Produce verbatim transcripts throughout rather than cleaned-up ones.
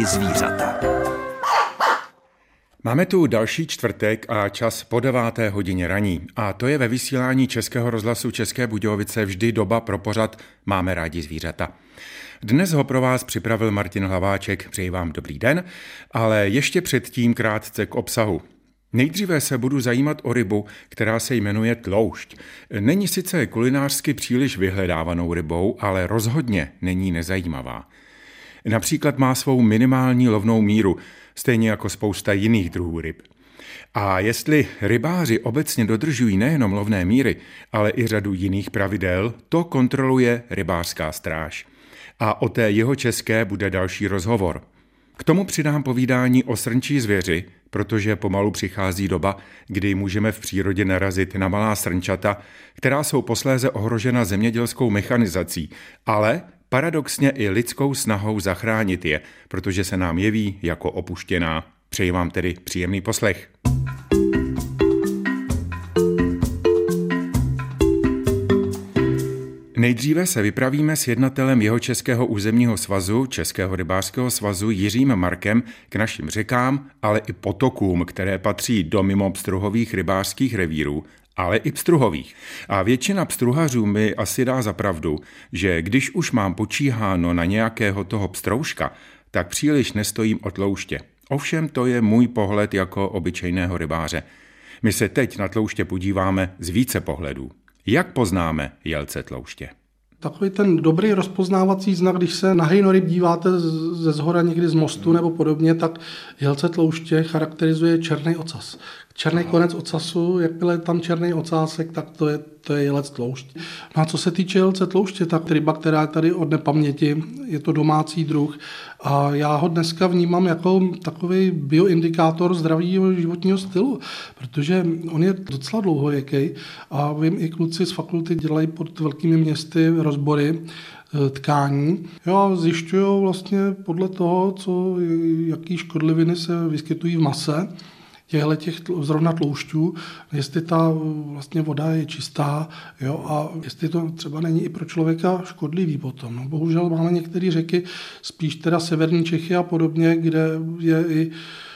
rádi zvířata. Máme tu další čtvrtek a čas po deváté hodině raní. A to je ve vysílání Českého rozhlasu České Budějovice vždy doba pro pořad Máme rádi zvířata. Dnes ho pro vás připravil Martin Hlaváček. Přeji vám dobrý den, ale ještě předtím krátce k obsahu. Nejdříve se budu zajímat o rybu, která se jmenuje tloušť. Není sice kulinářsky příliš vyhledávanou rybou, ale rozhodně není nezajímavá. Například má svou minimální lovnou míru, stejně jako spousta jiných druhů ryb. A jestli rybáři obecně dodržují nejenom lovné míry, ale i řadu jiných pravidel, to kontroluje rybářská stráž. A o té jihočeské bude další rozhovor. K tomu přidám povídání o srnčí zvěři, protože pomalu přichází doba, kdy můžeme v přírodě narazit na malá srnčata, která jsou posléze ohrožena zemědělskou mechanizací, ale paradoxně i lidskou snahou zachránit je, protože se nám jeví jako opuštěná. Přeji vám tedy příjemný poslech. Nejdříve se vypravíme s jednatelem Jihočeského územního svazu, Českého rybářského svazu Jiřím Markem k našim řekám, ale i potokům, které patří do mimopstruhových rybářských revírů, ale i pstruhových. A většina pstruhařů mi asi dá za pravdu, že když už mám počíháno na nějakého toho pstrouška, tak příliš nestojím o tlouště. Ovšem to je můj pohled jako obyčejného rybáře. My se teď na tlouště podíváme z více pohledů. Jak poznáme jelce tlouště? Takový ten dobrý rozpoznávací znak, když se na hejnoryb díváte ze zhora někdy z mostu nebo podobně, tak jelce tlouště charakterizuje černý ocas. Černý konec ocasu, jakmile je tam černý ocásek, tak to je, to je jelec tloušť. No a co se týče jelce tlouště, tak ryba, která je tady od nepaměti, je to domácí druh a já ho dneska vnímám jako takový bioindikátor zdravého životního stylu, protože on je docela dlouhověký a vím, i kluci z fakulty dělají pod velkými městy rozbory tkání. Jo, a zjišťují vlastně podle toho, co, jaký škodliviny se vyskytují v mase, těchto těch zrovna tloušťů, jestli ta vlastně voda je čistá, jo, a jestli to třeba není i pro člověka škodlivý potom. No, bohužel máme některé řeky, spíš teda severní Čechy a podobně, kde je i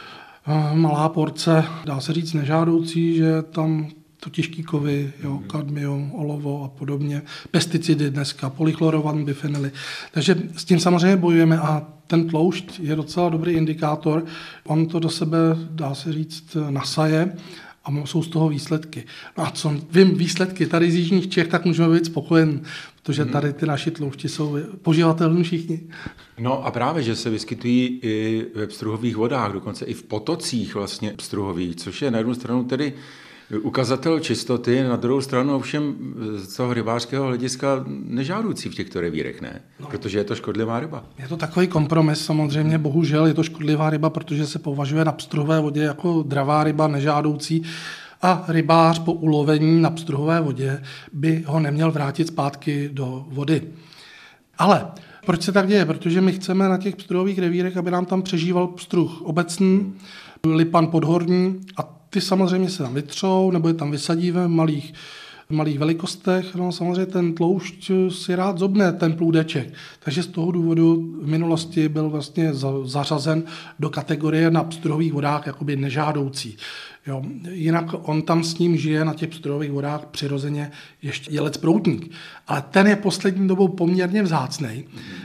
malá porce, dá se říct nežádoucí, že tam to těžký kovy, jo, kadmium, olovo a podobně, pesticidy dneska, polychlorované bifenyly. Takže s tím samozřejmě bojujeme a ten tloušť je docela dobrý indikátor. On to do sebe, dá se říct, nasaje a jsou z toho výsledky. No a co vím výsledky tady z jižních Čech, tak můžeme být spokojen, protože tady ty naši tloušti jsou poživatelní všichni. No a právě, že se vyskytují i ve pstruhových vodách, dokonce i v potocích vlastně pstruhových, což je na jednu stranu tedy ukazatel čistoty, na druhou stranu ovšem z toho rybářského hlediska nežádoucí v těchto revírech, ne? No. Protože je to škodlivá ryba. Je to takový kompromis, samozřejmě, bohužel je to škodlivá ryba, protože se považuje na pstruhové vodě jako dravá ryba, nežádoucí a rybář po ulovení na pstruhové vodě by ho neměl vrátit zpátky do vody. Ale proč se tak děje? Protože my chceme na těch pstruhových revírech, aby nám tam přežíval pstruh obecný, lipan podhorní a ty samozřejmě se tam vytřou, nebo je tam vysadíme v malých, v malých velikostech. No samozřejmě ten tloušť si rád zobne, ten plůdeček. Takže z toho důvodu v minulosti byl vlastně zařazen do kategorie na pstruhových vodách jakoby nežádoucí. Jo. Jinak on tam s ním žije na těch pstruhových vodách přirozeně ještě jelec proutník. Ale ten je poslední dobou poměrně vzácnej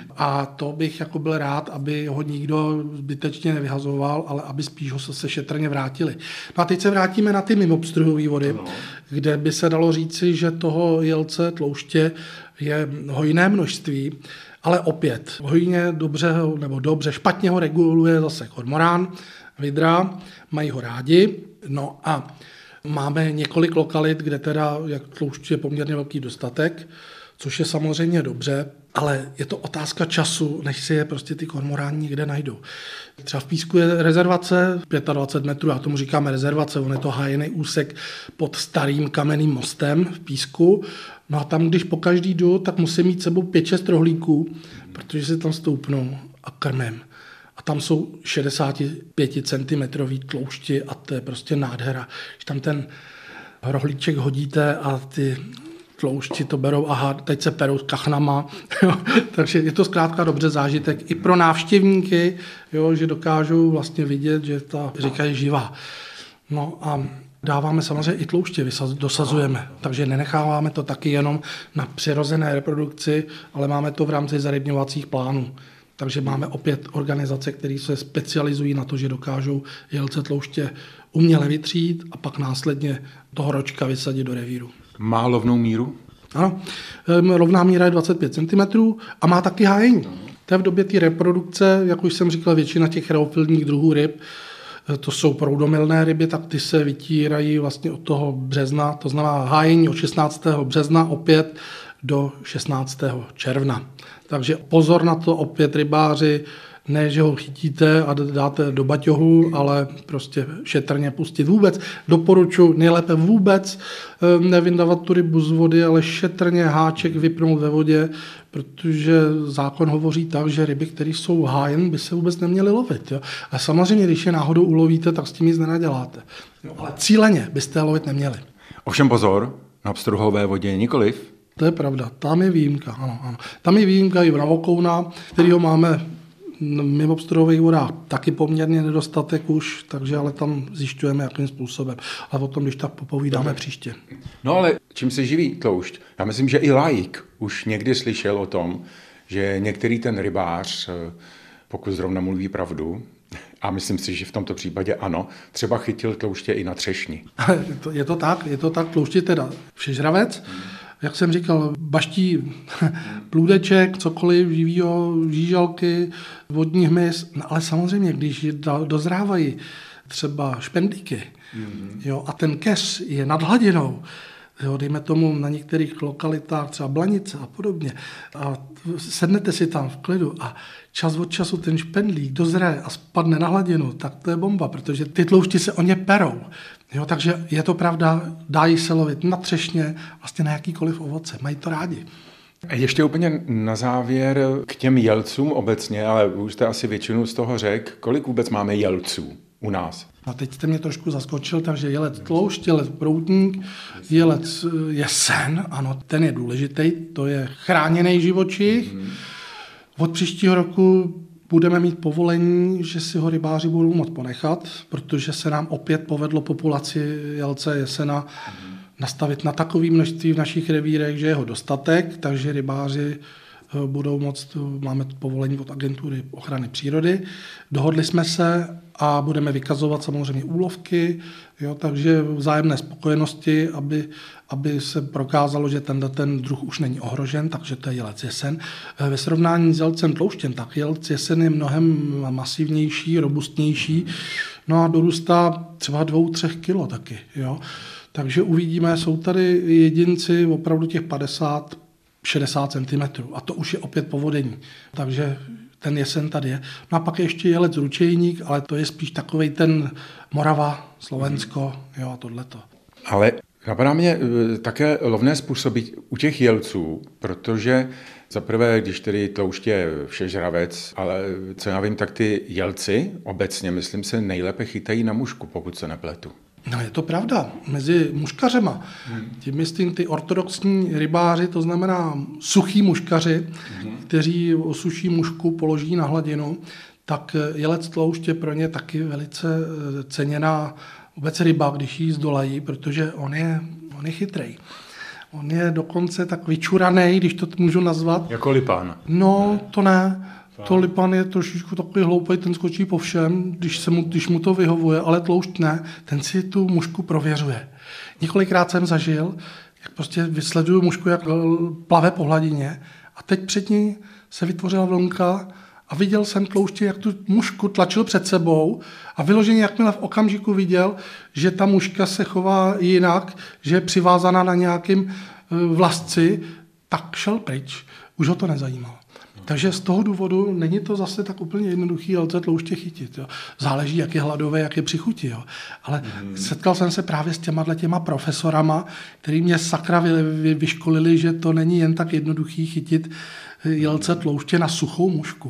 a to bych jako byl rád, aby ho nikdo zbytečně nevyhazoval, ale aby spíš ho se šetrně vrátili. No a teď se vrátíme na ty mimopstruhové vody, no. Kde by se dalo říci, že toho jelce tlouště je hojné množství, ale opět hojně dobře nebo dobře špatně ho reguluje zase kormorán, vidra, mají ho rádi. No a máme několik lokalit, kde teda jak tloušť je poměrně velký dostatek, což je samozřejmě dobře, ale je to otázka času, než si je prostě ty kormoráni někde najdou. Třeba v Písku je rezervace dvacet pět metrů, já tomu říkáme rezervace, on je to hájený úsek pod starým kamenným mostem v Písku. No a tam, když po každý jdu, tak musím mít sebou pět šest rohlíků, protože si tam stoupnou a krmím. A tam jsou šedesát pět centimetrů tloušti a to je prostě nádhera. Když tam ten rohlíček hodíte a ty tloušti to berou, aha, teď se perou s kachnama, jo. Takže je to zkrátka dobře zážitek i pro návštěvníky, jo, že dokážou vlastně vidět, že ta řeka je živá. No a dáváme samozřejmě i tlouště, dosazujeme, takže nenecháváme to taky jenom na přirozené reprodukci, ale máme to v rámci zarybňovacích plánů. Takže máme opět organizace, které se specializují na to, že dokážou jelce tlouště uměle vytřít a pak následně toho ročka vysadit do revíru. Má lovnou míru? Ano, lovná míra je dvacet pět centimetrů a má taky hájení. To je v době té reprodukce, jak už jsem říkal, většina těch reofilních druhů ryb, to jsou proudomilné ryby, tak ty se vytírají vlastně od toho března, to znamená hájení od šestnáctého března opět do šestnáctého června. Takže pozor na to opět rybáři, ne, že ho chytíte a dáte do baťohu, ale prostě šetrně pustit vůbec. Doporučuji nejlépe vůbec nevyndavat tu rybu z vody, ale šetrně háček vypnout ve vodě, protože zákon hovoří tak, že ryby, které jsou hájen, by se vůbec neměly lovit. Jo? A samozřejmě, když je náhodou ulovíte, tak s tím nic nenaděláte. Jo, ale cíleně byste je lovit neměli. Ovšem pozor, na pstruhové vodě nikoliv. To je pravda, tam je výjimka, ano, ano. Tam je výjimka i vravokouna, kterýho máme mimo pstruhových vodách taky poměrně nedostatek už, takže ale tam zjišťujeme, jakým způsobem. A o tom, když tak popovídáme Dobře. příště. No ale čím se živí tloušť? Já myslím, že i laik už někdy slyšel o tom, že některý ten rybář, pokud zrovna mluví pravdu, a myslím si, že v tomto případě ano, třeba chytil tlouště i na třešni. je, to, je to tak, je to tak, tlouště teda všežravec, hmm. jak jsem říkal, baští plůdeček, cokoliv živýho, žížalky, vodní hmyz, no ale samozřejmě, když dozrávají třeba špendlíky, mm-hmm. jo, a ten keř je nad hladinou, jo, dejme tomu na některých lokalitách, třeba Blanice a podobně, a sednete si tam v klidu a čas od času ten špendlík dozraje a spadne na hladinu, tak to je bomba, protože ty tloušti se o ně perou. Jo, takže je to pravda, dají se lovit na třešně, vlastně na jakýkoliv ovoce, mají to rádi. Ještě úplně na závěr k těm jelcům obecně, ale už jste asi většinu z toho řekl, kolik vůbec máme jelců u nás? A teď jste mě trošku zaskočil, takže jelec tloušť, jelec proutník, jelec jesen, ano, ten je důležitý, to je chráněný živočich. Mm-hmm. Od příštího roku budeme mít povolení, že si ho rybáři budou moct ponechat, protože se nám opět povedlo populaci jelce jesena mm-hmm. nastavit na takové množství v našich revírech, že je ho dostatek, takže rybáři budou moct, máme povolení od agentury ochrany přírody. Dohodli jsme se a budeme vykazovat samozřejmě úlovky, jo, takže vzájemné spokojenosti, aby, aby se prokázalo, že ten, ten druh už není ohrožen, takže to je jelec jesen. Ve srovnání s jelcem tlouštěm, tak jelec jesen je mnohem masivnější, robustnější, no a dorůstá třeba dvou, třech kilo taky. Jo. Takže uvidíme, jsou tady jedinci opravdu těch padesát šedesát centimetrů a to už je opět povodení. Takže ten jesen tady je. No a pak ještě jelec ručejník, ale to je spíš takovej ten Morava, Slovensko, jo a tohleto. Ale napadá mě také lovné způsoby u těch jelců, protože zaprvé, když tedy tloušť je všežravec, ale co já vím, tak ty jelci obecně, myslím se, nejlépe chytají na mušku, pokud se nepletu. No je to pravda, mezi muškařema. Hmm. Tím myslím ty ortodoxní rybáři, to znamená suchý muškaři, hmm. kteří osuší mušku, položí na hladinu, tak jelec tloušť je pro ně taky velice ceněná vůbec ryba, když jí zdolají, protože on je, on je chytrej. On je dokonce tak vyčuranej, když to můžu nazvat. Jako lipán. No, to ne. To lipan je trošičku takový hloupej, ten skočí po všem, když, se mu, když mu to vyhovuje, ale tloušť ne, ten si tu mušku prověřuje. Několikrát jsem zažil, jak prostě vysleduju mušku, jak plave po hladině a teď před ní se vytvořila vlnka a viděl jsem tlouště, jak tu mušku tlačil před sebou a vyloženě, jakmile v okamžiku viděl, že ta muška se chová jinak, že je přivázaná na nějakým vlasci, tak šel pryč. Už ho to nezajímalo. Takže z toho důvodu není to zase tak úplně jednoduchý jelce tlouště chytit. Jo. Záleží, jak je hladové, jak je při chuti. Jo. Ale mm. setkal jsem se právě s těma těma profesorama, který mě sakra vy, vyškolili, že to není jen tak jednoduchý chytit jelce tlouště na suchou mušku.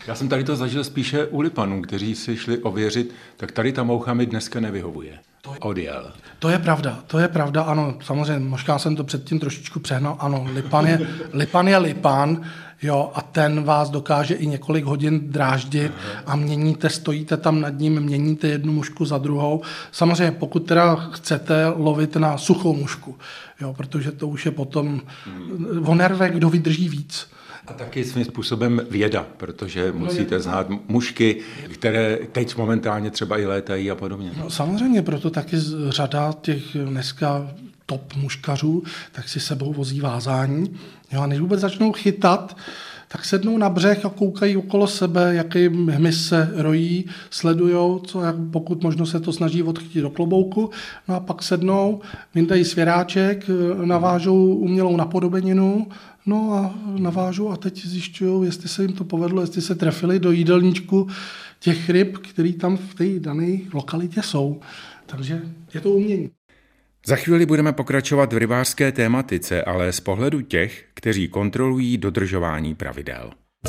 Já jsem tady to zažil spíše u lipanů, kteří si šli ověřit, tak tady ta moucha mi dneska nevyhovuje. Odjel. To je pravda, to je pravda, ano, samozřejmě, možná jsem to předtím trošičku přehnal, ano, lipan je lipan, je lipan, jo, a ten vás dokáže i několik hodin dráždit a měníte, stojíte tam nad ním, měníte jednu mušku za druhou. Samozřejmě, pokud teda chcete lovit na suchou mušku, jo, protože to už je potom hmm. o nervech, kdo vydrží víc. A taky svým způsobem věda, protože musíte znát mušky, které teď momentálně třeba i létají a podobně. No, samozřejmě, proto taky řada těch dneska top muškařů, tak si sebou vozí vázání. Jo, a než vůbec začnou chytat, tak sednou na břeh a koukají okolo sebe, jaký hmyz se rojí, sledujou, co, jak, pokud možno se to snaží odchytit do klobouku, no a pak sednou, vyndají svěráček, navážou umělou napodobeninu, no a navážou a teď zjišťují, jestli se jim to povedlo, jestli se trefili do jídelníčku těch ryb, které tam v té dané lokalitě jsou. Takže je to umění. Za chvíli budeme pokračovat v rybářské tématice, ale z pohledu těch, kteří kontrolují dodržování pravidel.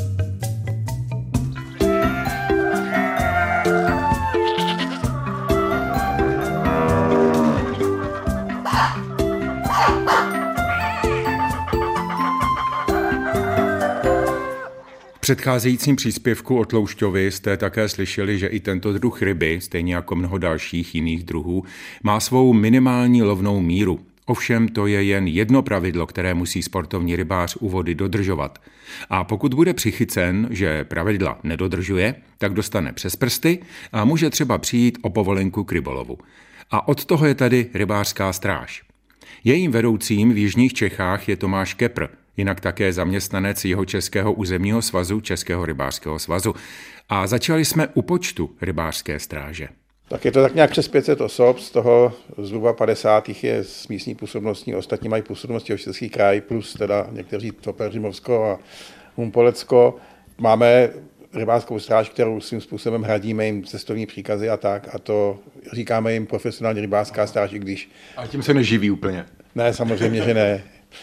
V předcházejícím příspěvku o tloušťovi jste také slyšeli, že i tento druh ryby, stejně jako mnoho dalších jiných druhů, má svou minimální lovnou míru. Ovšem to je jen jedno pravidlo, které musí sportovní rybář u vody dodržovat. A pokud bude přichycen, že pravidla nedodržuje, tak dostane přes prsty a může třeba přijít o povolenku k rybolovu. A od toho je tady rybářská stráž. Jejím vedoucím v jižních Čechách je Tomáš Kepr, jinak také zaměstnanec Jihočeského územního svazu Českého rybářského svazu. A začali jsme u počtu rybářské stráže. Tak je to tak nějak přes pět set osob, z toho zhruba padesát je z místní působností, ostatní mají působnosti Jihočeský kraj, plus teda někteří Topeřimovsko a Humpolecko. Máme rybářskou stráž, kterou svým způsobem hradíme jim cestovní příkazy a tak, a to říkáme jim profesionální rybářská stráž, i když... A tím se neživí úplně? Ne, samozřejmě, že ne.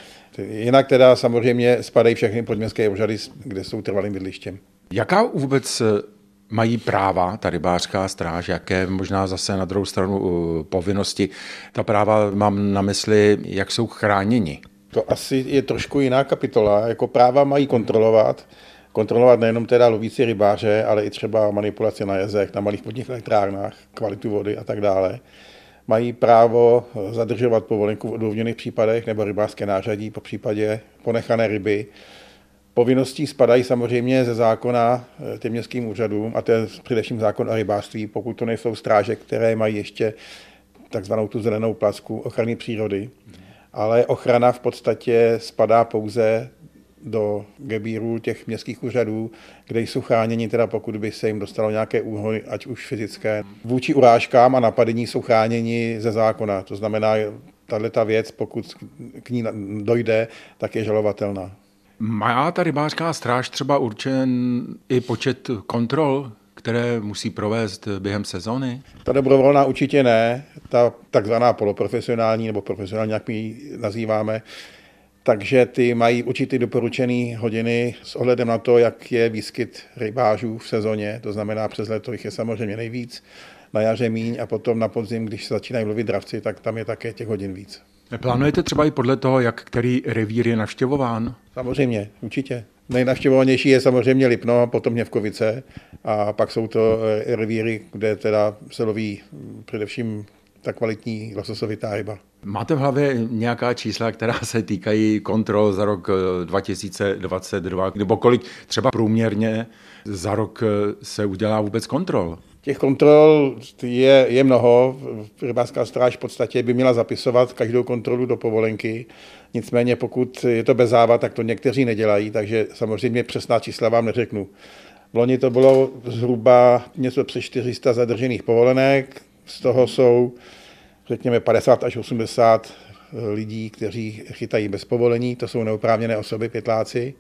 Jinak teda samozřejmě spadají všechny podměstské úřady, kde jsou trvalým bydlištěm. Jaká vůbec mají práva ta rybářská stráž, jaké možná zase na druhou stranu povinnosti? Ta práva mám na mysli, jak jsou chráněni. To asi je trošku jiná kapitola. Jako práva mají kontrolovat. Kontrolovat nejenom teda lovící rybáře, ale i třeba manipulace na jezech, na malých vodních elektrárnách, kvalitu vody a tak dále. Mají právo zadržovat povolenku v odůvodněných případech nebo rybářské nářadí, po případě ponechané ryby. Povinností spadají samozřejmě ze zákona těm městským úřadům, a to je především zákon o rybářství, pokud to nejsou stráže, které mají ještě takzvanou tu zelenou placku ochrany přírody. Ale ochrana v podstatě spadá pouze do gebíru těch městských úřadů, kde jsou chráněni, teda pokud by se jim dostalo nějaké úhony, ať už fyzické. Vůči urážkám a napadení jsou chráněni ze zákona. To znamená, tato věc, pokud k ní dojde, tak je žalovatelná. Má ta rybářská stráž třeba určen i počet kontrol, které musí provést během sezony? Ta dobrovolná určitě ne. Ta takzvaná poloprofesionální nebo profesionální, jak my ji nazýváme, takže ty mají určitý doporučený hodiny s ohledem na to, jak je výskyt rybářů v sezóně, to znamená přes léto jich je samozřejmě nejvíc, na jaře míň a potom na podzim, když se začínají lovit dravci, tak tam je také těch hodin víc. Plánujete třeba i podle toho, jak který revír je navštěvován? Samozřejmě, určitě. Nejnavštěvovanější je samozřejmě Lipno, potom Měvkovice a pak jsou to revíry, kde teda se loví především ta kvalitní lososovitá ryba. Máte v hlavě nějaká čísla, která se týkají kontrol za rok dva tisíce dvacet dva, nebo kolik třeba průměrně za rok se udělá vůbec kontrol? Těch kontrol je, je mnoho. Rybářská stráž v podstatě by měla zapisovat každou kontrolu do povolenky. Nicméně pokud je to bez závad, tak to někteří nedělají, takže samozřejmě přesná čísla vám neřeknu. V loni to bylo zhruba něco přes čtyři sta zadržených povolenek, z toho jsou řekněme padesát až osmdesát lidí, kteří chytají bez povolení, to jsou neoprávněné osoby, pytláci.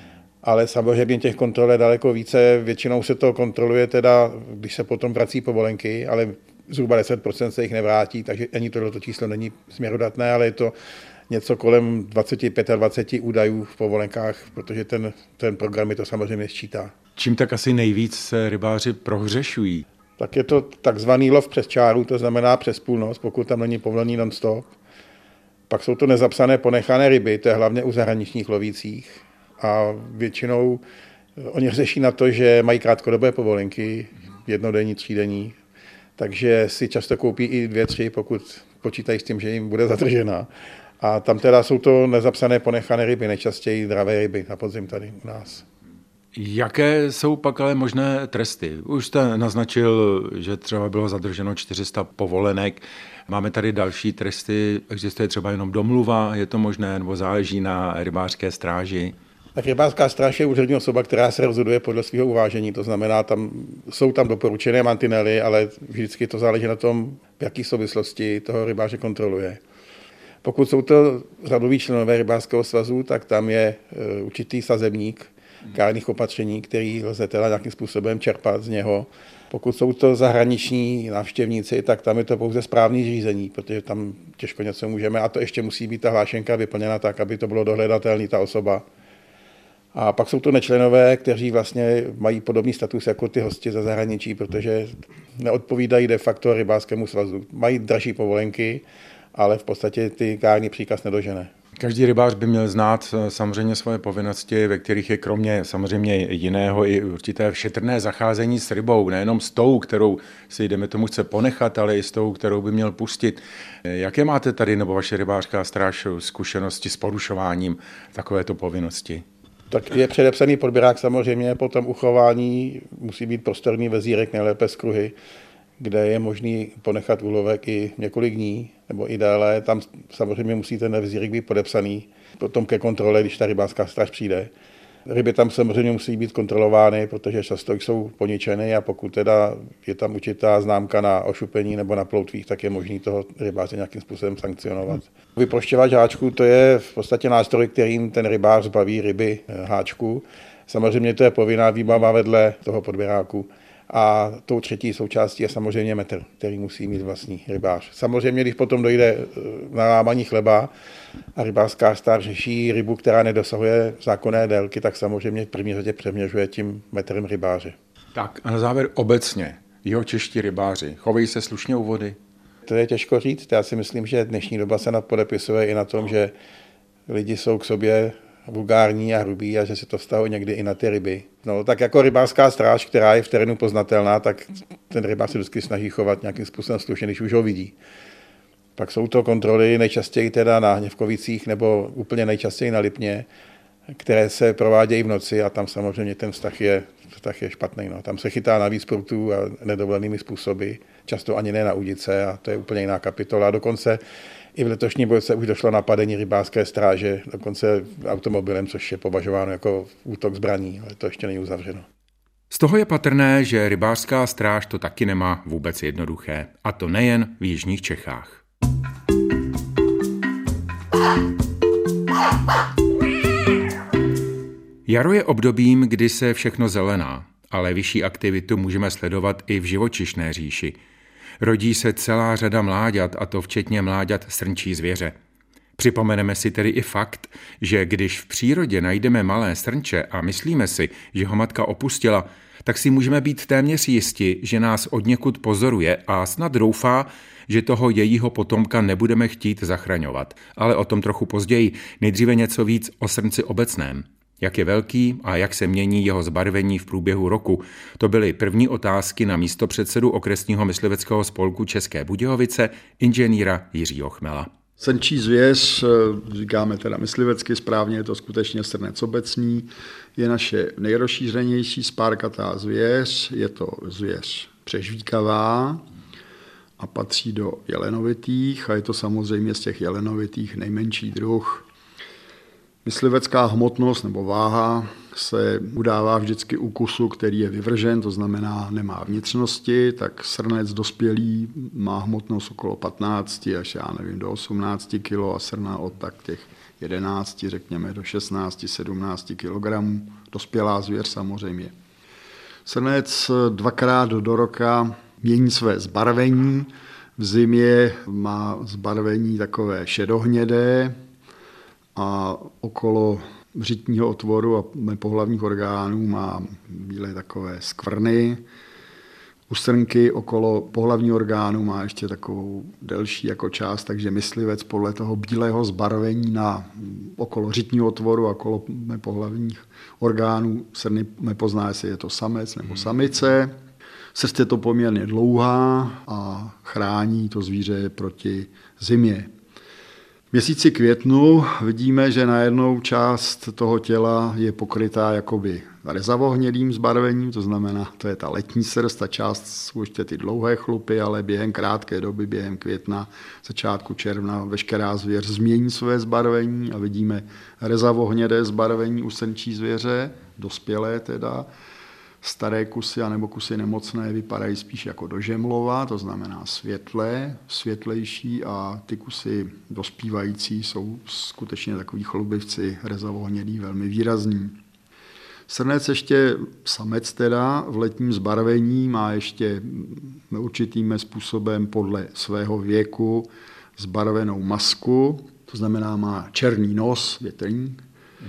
Ale samozřejmě těch kontrol je daleko více, většinou se to kontroluje teda, když se potom vrací povolenky, ale zhruba deset procent se jich nevrátí, takže ani tohleto číslo není směrodatné, ale je to něco kolem dvacet pět dvacet údajů v povolenkách, protože ten, ten program je to samozřejmě sčítá. Čím tak asi nejvíc se rybáři prohřešují? Tak je to takzvaný lov přes čáru, to znamená přes půlnoc, pokud tam není povolený non-stop. Pak jsou to nezapsané ponechané ryby, to je hlavně u zahraničních lovících. A většinou oni řeší na to, že mají krátkodobé povolenky, jednodenní, třídenní, takže si často koupí i dvě, tři, pokud počítají s tím, že jim bude zadržena. A tam teda jsou to nezapsané ponechané ryby, nejčastěji dravé ryby na podzim tady u nás. Jaké jsou pak ale možné tresty? Už jste naznačil, že třeba bylo zadrženo čtyři sta povolenek. Máme tady další tresty, existuje třeba jenom domluva, je to možné, nebo záleží na rybářské stráži? Tak rybářská stráž je úřední osoba, která se rozhoduje podle svého uvážení, to znamená, tam jsou tam doporučené mantinely, ale vždycky to záleží na tom, v jaký souvislosti toho rybáře kontroluje. Pokud jsou to řadoví členové rybářského svazu, tak tam je určitý sazebník kárných opatření, který lze teda nějakým způsobem čerpat z něho. Pokud jsou to zahraniční návštěvníci, tak tam je to pouze správní řízení, protože tam těžko něco můžeme, a to ještě musí být ta hlášenka vyplněna tak, aby to bylo dohledatelný ta osoba. A pak jsou to nečlenové, kteří vlastně mají podobný status jako ty hosti ze zahraničí, protože neodpovídají de facto rybářskému svazu. Mají dražší povolenky, ale v podstatě ty kárný příkaz nedožene. Každý rybář by měl znát samozřejmě svoje povinnosti, ve kterých je kromě samozřejmě jiného i určité šetrné zacházení s rybou, nejenom s tou, kterou si jdeme tomu chce ponechat, ale i s tou, kterou by měl pustit. Jaké máte tady nebo vaše rybářská stráž zkušenosti s porušováním takovéto povinnosti? Tak je předepsaný podběrák samozřejmě, po tom uchování musí být prostorný vezírek, nejlépe z kruhy, kde je možný ponechat úlovek i několik dní nebo i déle. Tam samozřejmě musí ten vezírek být podepsaný potom ke kontrole, když ta rybářská stráž přijde. Ryby tam samozřejmě musí být kontrolovány, protože často jsou poničeny, a pokud teda je tam určitá známka na ošupení nebo na ploutvích, tak je možný toho rybáře nějakým způsobem sankcionovat. Vyprošťovač háčku, to je v podstatě nástroj, kterým ten rybář zbaví ryby háčku. Samozřejmě to je povinná výbava vedle toho podběráku. A tou třetí součástí je samozřejmě metr, který musí mít vlastní rybář. Samozřejmě, když potom dojde na lámaní chleba a rybářská stráž řeší rybu, která nedosahuje zákonné délky, tak samozřejmě v první řadě přeměřuje tím metrem rybáře. Tak a na závěr obecně, jihočeští rybáři chovají se slušně u vody? To je těžko říct. Já si myslím, že dnešní doba se podepisuje i na tom, že lidi jsou k sobě vulgární a hrubý a že se to vztahuje někdy i na ty ryby. No, tak jako rybářská stráž, která je v terénu poznatelná, tak ten rybář se vždycky snaží chovat nějakým způsobem slušně, když už ho vidí. Pak jsou to kontroly nejčastěji teda na Hněvkovicích nebo úplně nejčastěji na Lipně, které se provádějí v noci, a tam samozřejmě ten vztah je, vztah je špatný. No. Tam se chytá navíc prutů a nedovolenými způsoby, často ani ne na udice, a to je úplně jiná kapitola. Dokonce i v letošním roce už došlo napadení rybářské stráže, dokonce automobilem, což je považováno jako útok zbraní, ale to ještě není uzavřeno. Z toho je patrné, že rybářská stráž to taky nemá vůbec jednoduché, a to nejen v jižních Čechách. Jaro je obdobím, kdy se všechno zelená, ale vyšší aktivitu můžeme sledovat i v živočišné říši. Rodí se celá řada mláďat, a to včetně mláďat srnčí zvěře. Připomeneme si tedy i fakt, že když v přírodě najdeme malé srnče a myslíme si, že ho matka opustila, tak si můžeme být téměř jisti, že nás odněkud pozoruje a snad doufá, že toho jejího potomka nebudeme chtít zachraňovat. Ale o tom trochu později, nejdříve něco víc o srnci obecném. Jak je velký a jak se mění jeho zbarvení v průběhu roku. To byly první otázky na místopředsedu okresního mysliveckého spolku České Budějovice, inženýra Jiřího Chmela. Srnčí zvěř, říkáme teda myslivecky správně, je to skutečně srnec obecný, je naše nejrozšířenější spárkatá zvěř, je to zvěř přežvíkavá a patří do jelenovitých, a je to samozřejmě z těch jelenovitých nejmenší druh. Myslivecká hmotnost nebo váha se udává vždycky u kusu, který je vyvržen, to znamená nemá vnitřnosti, tak srnec dospělý má hmotnost okolo patnáct až já nevím do osmnáct kilo a srna od tak těch jedenáct, řekněme do šestnáct sedmnáct kilogramů, dospělá zvěř samozřejmě. Srnec dvakrát do roka mění své zbarvení, v zimě má zbarvení takové šedohnědé, a okolo řitního otvoru a pohlavních orgánů má bílé takové skvrny. U srnky okolo pohlavního orgánu má ještě takovou delší jako část, takže myslivec podle toho bílého zbarvení na okolo řitního otvoru a okolo pohlavních orgánů srny nepozná, jestli je to samec nebo samice. Srst je to poměrně dlouhá a chrání to zvíře proti zimě. V měsíci květnu vidíme, že najednou část toho těla je pokrytá jakoby rezavohnědým zbarvením, to znamená, to je ta letní srst, ta část jsou ještě ty dlouhé chlupy, ale během krátké doby, během května, začátku června, veškerá zvěř změní své zbarvení a vidíme rezavohnědé zbarvení u srnčí zvěře, dospělé teda. Staré kusy anebo kusy nemocné vypadají spíš jako do žemlova, to znamená světlé, světlejší a ty kusy dospívající jsou skutečně takový chlubivci, rezavohnědý, velmi výrazný. Srnec ještě, samec teda, v letním zbarvení má ještě určitým způsobem podle svého věku zbarvenou masku, to znamená má černý nos, větrník.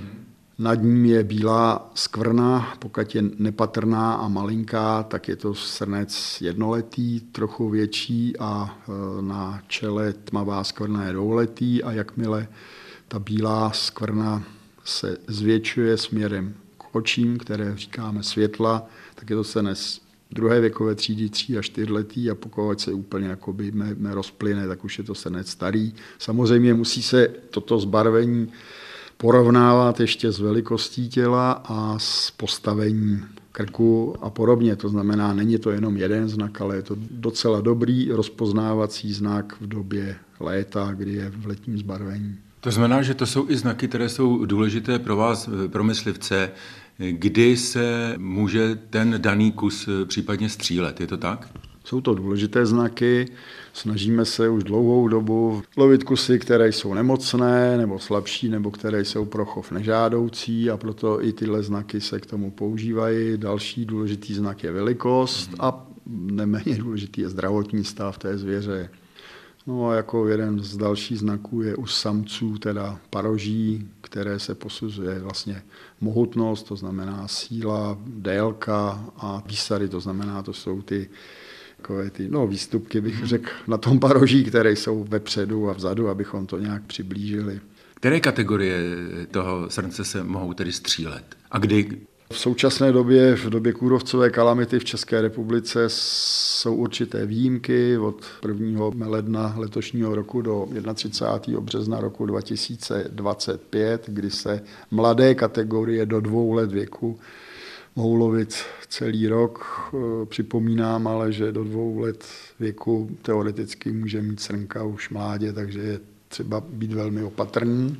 Nad ním je bílá skvrna, pokud je nepatrná a malinká, tak je to srnec jednoletý, trochu větší a na čele tmavá skvrna je dvouletý a jakmile ta bílá skvrna se zvětšuje směrem k očím, které říkáme světla, tak je to srnec druhé věkové třídy tří a čtyřletý a pokud se úplně jakoby rozplyne, tak už je to srnec starý. Samozřejmě musí se toto zbarvení porovnávat ještě s velikostí těla a s postavením krku a podobně. To znamená, není to jenom jeden znak, ale je to docela dobrý rozpoznávací znak v době léta, kdy je v letním zbarvení. To znamená, že to jsou i znaky, které jsou důležité pro vás, pro myslivce, kdy se může ten daný kus případně střílet. Je to tak? Jsou to důležité znaky. Snažíme se už dlouhou dobu lovit kusy, které jsou nemocné nebo slabší, nebo které jsou pro chov nežádoucí a proto i tyhle znaky se k tomu používají. Další důležitý znak je velikost a neméně důležitý je zdravotní stav té zvěře. No a jako jeden z dalších znaků je u samců, teda paroží, které se posuzuje vlastně mohutnost, to znamená síla, délka a výsady, to znamená, to jsou ty takové ty no, výstupky, bych řekl, na tom paroží, které jsou vepředu a vzadu, abychom to nějak přiblížili. Které kategorie toho srnce se mohou tedy střílet? A kdy? V současné době, v době kůrovcové kalamity v České republice jsou určité výjimky od prvního ledna letošního roku do třicátého prvního března roku dva tisíce dvacet pět, kdy se mladé kategorie do dvou let věku mohou lovit celý rok. Připomínám ale, že do dvou let věku teoreticky může mít srnka už mládě, takže je třeba být velmi opatrný.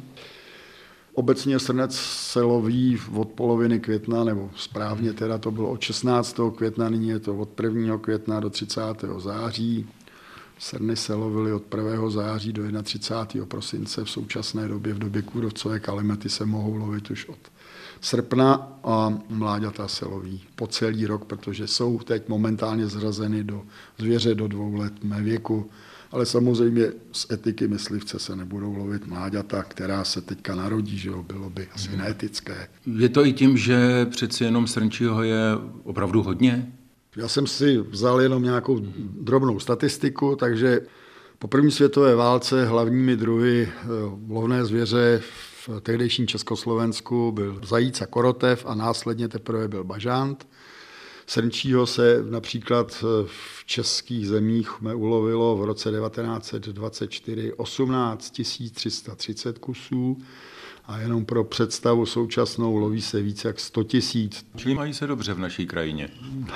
Obecně srnec se loví od poloviny května, nebo správně teda to bylo od šestnáctého května, nyní je to od prvního května do třicátého září. Srny se lovily od prvního září do třicátého prvního prosince. V současné době, v době kůrovcové kalamity, se mohou lovit už od srpna a mláďata se loví po celý rok, protože jsou teď momentálně zřazeny do zvěře do dvou let mé věku. Ale samozřejmě z etiky myslivce se nebudou lovit mláďata, která se teďka narodí, že jo, bylo by asi neetické. Je to i tím, že přeci jenom srnčího je opravdu hodně? Já jsem si vzal jenom nějakou drobnou statistiku, takže po první světové válce hlavními druhy lovné zvěře v tehdejším Československu byl zajíc a korotev a následně teprve byl bažant. Srnčího se například v českých zemích ulovilo v roce devatenáct set dvacet čtyři osmnáct tisíc tři sta třicet kusů a jenom pro představu současnou loví se více jak sto tisíc. Čili mají se dobře v naší krajině.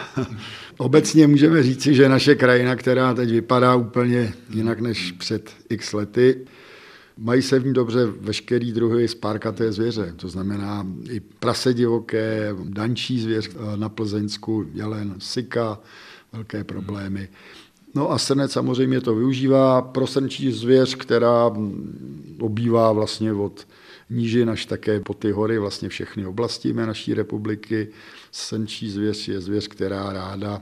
Obecně můžeme říci, že naše krajina, která teď vypadá úplně jinak než před x lety, mají se v ní dobře veškerý druhy spárkaté zvěře, to znamená i prase divoké, dančí zvěř na Plzeňsku, jelen, sika, velké problémy. No a srnec samozřejmě to využívá pro srnčí zvěř, která obývá vlastně od nížin až také po ty hory, vlastně všechny oblasti naší republiky. Srnčí zvěř je zvěř, která ráda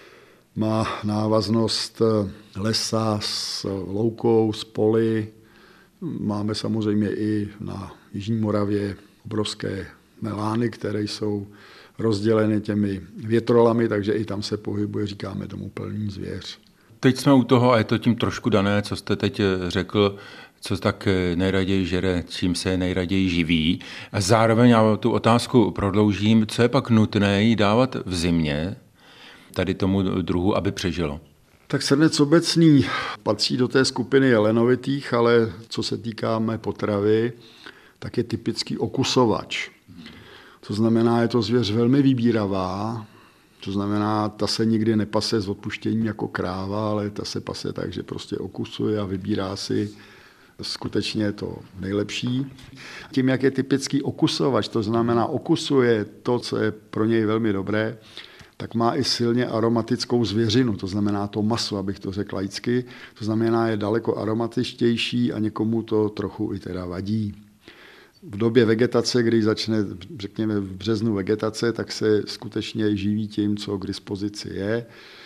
má návaznost lesa s loukou, s poli. Máme samozřejmě i na Jižní Moravě obrovské melány, které jsou rozděleny těmi větrolami, takže i tam se pohybuje, říkáme tomu plný zvěř. Teď jsme u toho, a je to tím trošku dané, co jste teď řekl, co tak nejraději žere, čím se nejraději živí. A zároveň já tu otázku prodloužím, co je pak nutné jí dávat v zimě, tady tomu druhu, aby přežilo. Tak srnec obecný patří do té skupiny jelenovitých, ale co se týká mé potravy, tak je typický okusovač. To znamená, je to zvěř velmi vybíravá, to znamená, ta se nikdy nepase s odpuštěním jako kráva, ale ta se pase tak, že prostě okusuje a vybírá si skutečně to nejlepší. Tím, jak je typický okusovač, to znamená okusuje to, co je pro něj velmi dobré, tak má i silně aromatickou zvěřinu, to znamená to maso, abych to řekl laicky, to znamená, je daleko aromatičtější a někomu to trochu i teda vadí. V době vegetace, kdy začne, řekněme, v březnu vegetace, tak se skutečně živí tím, co k dispozici je.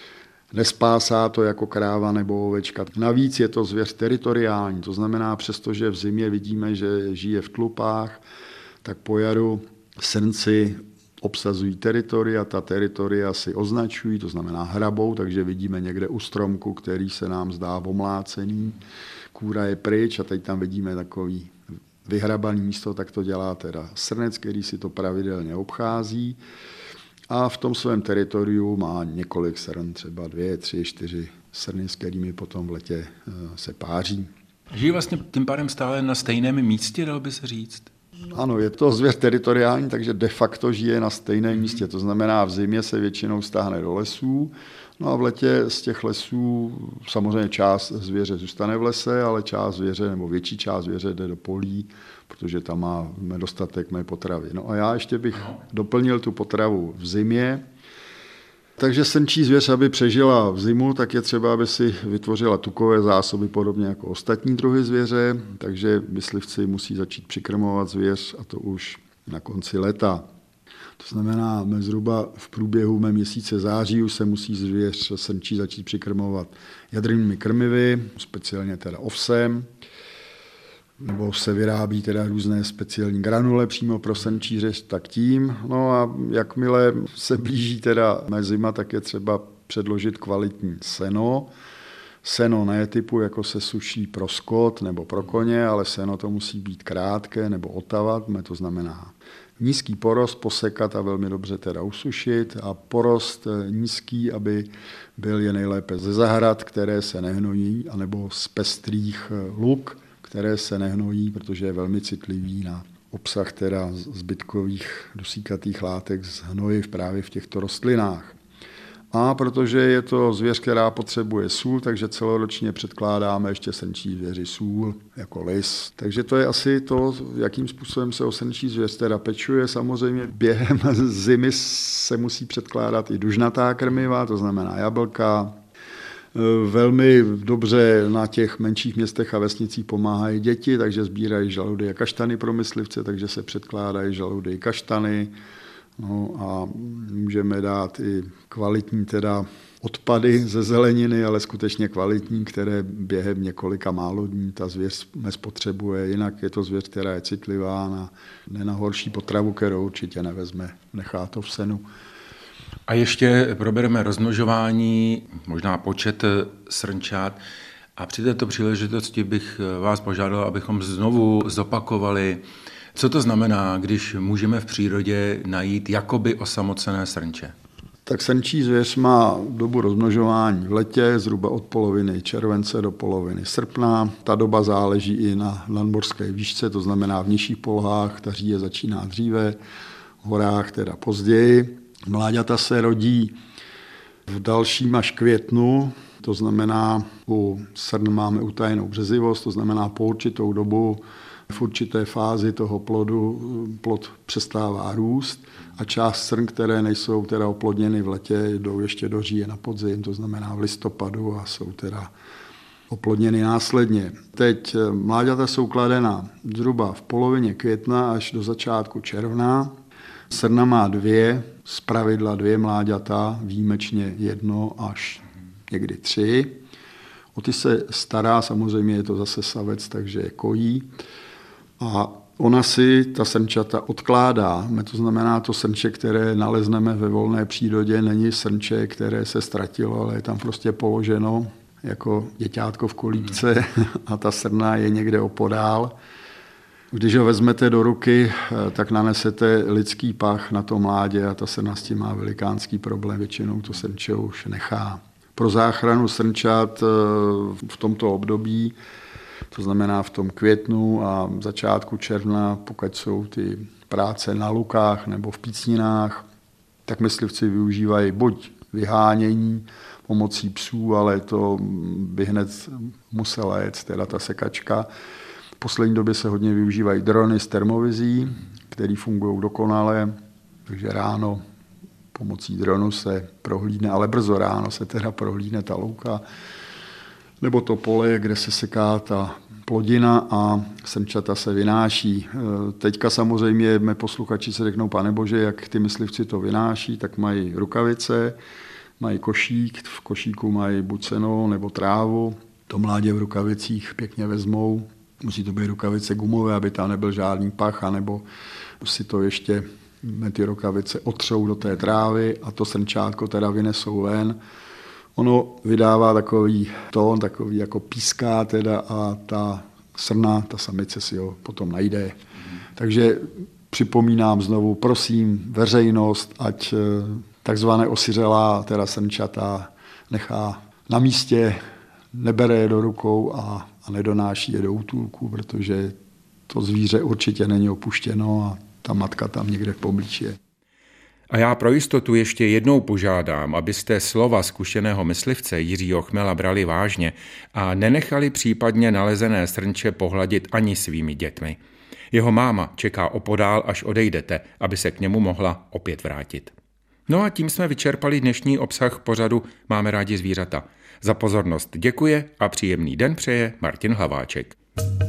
Nespásá to jako kráva nebo ovečka. Navíc je to zvěř teritoriální, to znamená, přestože v zimě vidíme, že žije v tlupách, tak po jaru srnci obsazují teritoria, ta teritoria si označují, to znamená hrabou, takže vidíme někde u stromku, který se nám zdá omlácený, kůra je pryč a teď tam vidíme takový vyhrabaný místo, tak to dělá teda srnec, který si to pravidelně obchází a v tom svém teritoriu má několik srn, třeba dvě, tři, čtyři srny, s kterými potom v letě se páří. Žijí vlastně tím pádem stále na stejném místě, dal by se říct? Ano, je to zvěř teritoriální, takže de facto žije na stejném místě. To znamená, v zimě se většinou stáhne do lesů, no a v letě z těch lesů samozřejmě část zvěře zůstane v lese, ale část zvěře nebo větší část zvěře jde do polí, protože tam má nedostatek mé potravy. No a já ještě bych doplnil tu potravu v zimě. Takže srnčí zvěř, aby přežila v zimu, tak je třeba, aby si vytvořila tukové zásoby podobně jako ostatní druhy zvěře, takže myslivci musí začít přikrmovat zvěř a to už na konci léta. To znamená, zhruba v průběhu mé měsíce září už se musí zvěř srnčí začít přikrmovat jadrnými krmivy, speciálně teda ovsem, nebo se vyrábí teda různé speciální granule přímo pro srnčí řež, tak tím. No a jakmile se blíží teda mé zima, tak je třeba předložit kvalitní seno. Seno ne typu, jako se suší pro skot nebo pro koně, ale seno to musí být krátké nebo otavat, to znamená nízký porost posekat a velmi dobře teda usušit a porost nízký, aby byl je nejlépe ze zahrad, které se nehnojí, anebo z pestrých luk, které se nehnojí, protože je velmi citlivý na obsah teda zbytkových dusíkatých látek z hnojiv právě v těchto rostlinách. A protože je to zvěř, která potřebuje sůl, takže celoročně předkládáme ještě srnčí zvěři sůl jako lis. Takže to je asi to, jakým způsobem se o srnčí zvěř teda pečuje. Samozřejmě během zimy se musí předkládat i dužnatá krmiva, to znamená jablka. Velmi dobře na těch menších městech a vesnicích pomáhají děti, takže sbírají žaludy a kaštany pro myslivce, takže se předkládají žaludy i kaštany. No a můžeme dát i kvalitní teda odpady ze zeleniny, ale skutečně kvalitní, které během několika málo dní ta zvěř nespotřebuje. Jinak je to zvěř, která je citlivá na, ne na horší potravu, kterou určitě nevezme, nechá to v senu. A ještě probereme rozmnožování, možná počet srnčat. A při této příležitosti bych vás požádal, abychom znovu zopakovali, co to znamená, když můžeme v přírodě najít jakoby osamocené srnče. Tak srnčí zvěř má dobu rozmnožování v letě zhruba od poloviny července do poloviny srpna. Ta doba záleží i na nadmořské výšce, to znamená v nižších polohách, ta říje začíná dříve, v horách teda později. Mláďata se rodí v dalším až květnu, to znamená, u srn máme utajenou březivost, to znamená po určitou dobu v určité fázi toho plodu plod přestává růst a část srn, které nejsou teda oplodněny v letě, jdou ještě do říje na podzim, to znamená v listopadu a jsou teda oplodněny následně. Teď mláďata jsou kladena zhruba v polovině května až do začátku června. Srna má dvě, zpravidla dvě mláďata, výjimečně jedno až někdy tři. O ty se stará, samozřejmě je to zase savec, takže je kojí. A ona si ta srnčata odkládá. To znamená, to srnče, které nalezneme ve volné přírodě, není srnče, které se ztratilo, ale je tam prostě položeno jako děťátko v kolíbce a ta srna je někde opodál. Když ho vezmete do ruky, tak nanesete lidský pach na to mládě a ta srna s tím má velikánský problém. Většinou to srnče už nechá. Pro záchranu srnčat v tomto období, to znamená v tom květnu a začátku června, pokud jsou ty práce na lukách nebo v pícninách, tak myslivci využívají buď vyhánění pomocí psů, ale to by hned musela jet, teda ta sekačka. V poslední době se hodně využívají drony s termovizí, které fungují dokonale, takže ráno pomocí dronu se prohlídne, ale brzo ráno se teda prohlídne ta louka, nebo to pole, kde se seká ta plodina a srnčata se vynáší. Teďka samozřejmě mé posluchači se řeknou, pane bože, jak ty myslivci to vynáší, tak mají rukavice, mají košík, v košíku mají buď seno nebo trávu, to mládě v rukavicích pěkně vezmou. Musí to být rukavice gumové, aby tam nebyl žádný pach, anebo si to ještě ty rukavice otřou do té trávy a to srnčátko teda vynesou ven. Ono vydává takový tón, takový jako píská teda a ta srna, ta samice si ho potom najde. Takže připomínám znovu, prosím veřejnost, ať takzvané osiřelá, teda srnčata, nechá na místě, nebere je do rukou a, a nedonáší je do útulku, protože to zvíře určitě není opuštěno a ta matka tam někde v poblíži je. A já pro jistotu ještě jednou požádám, abyste slova zkušeného myslivce Jiřího Chmela brali vážně a nenechali případně nalezené srnče pohladit ani svými dětmi. Jeho máma čeká opodál, až odejdete, aby se k němu mohla opět vrátit. No a tím jsme vyčerpali dnešní obsah pořadu Máme rádi zvířata. Za pozornost děkuje a příjemný den přeje Martin Hlaváček.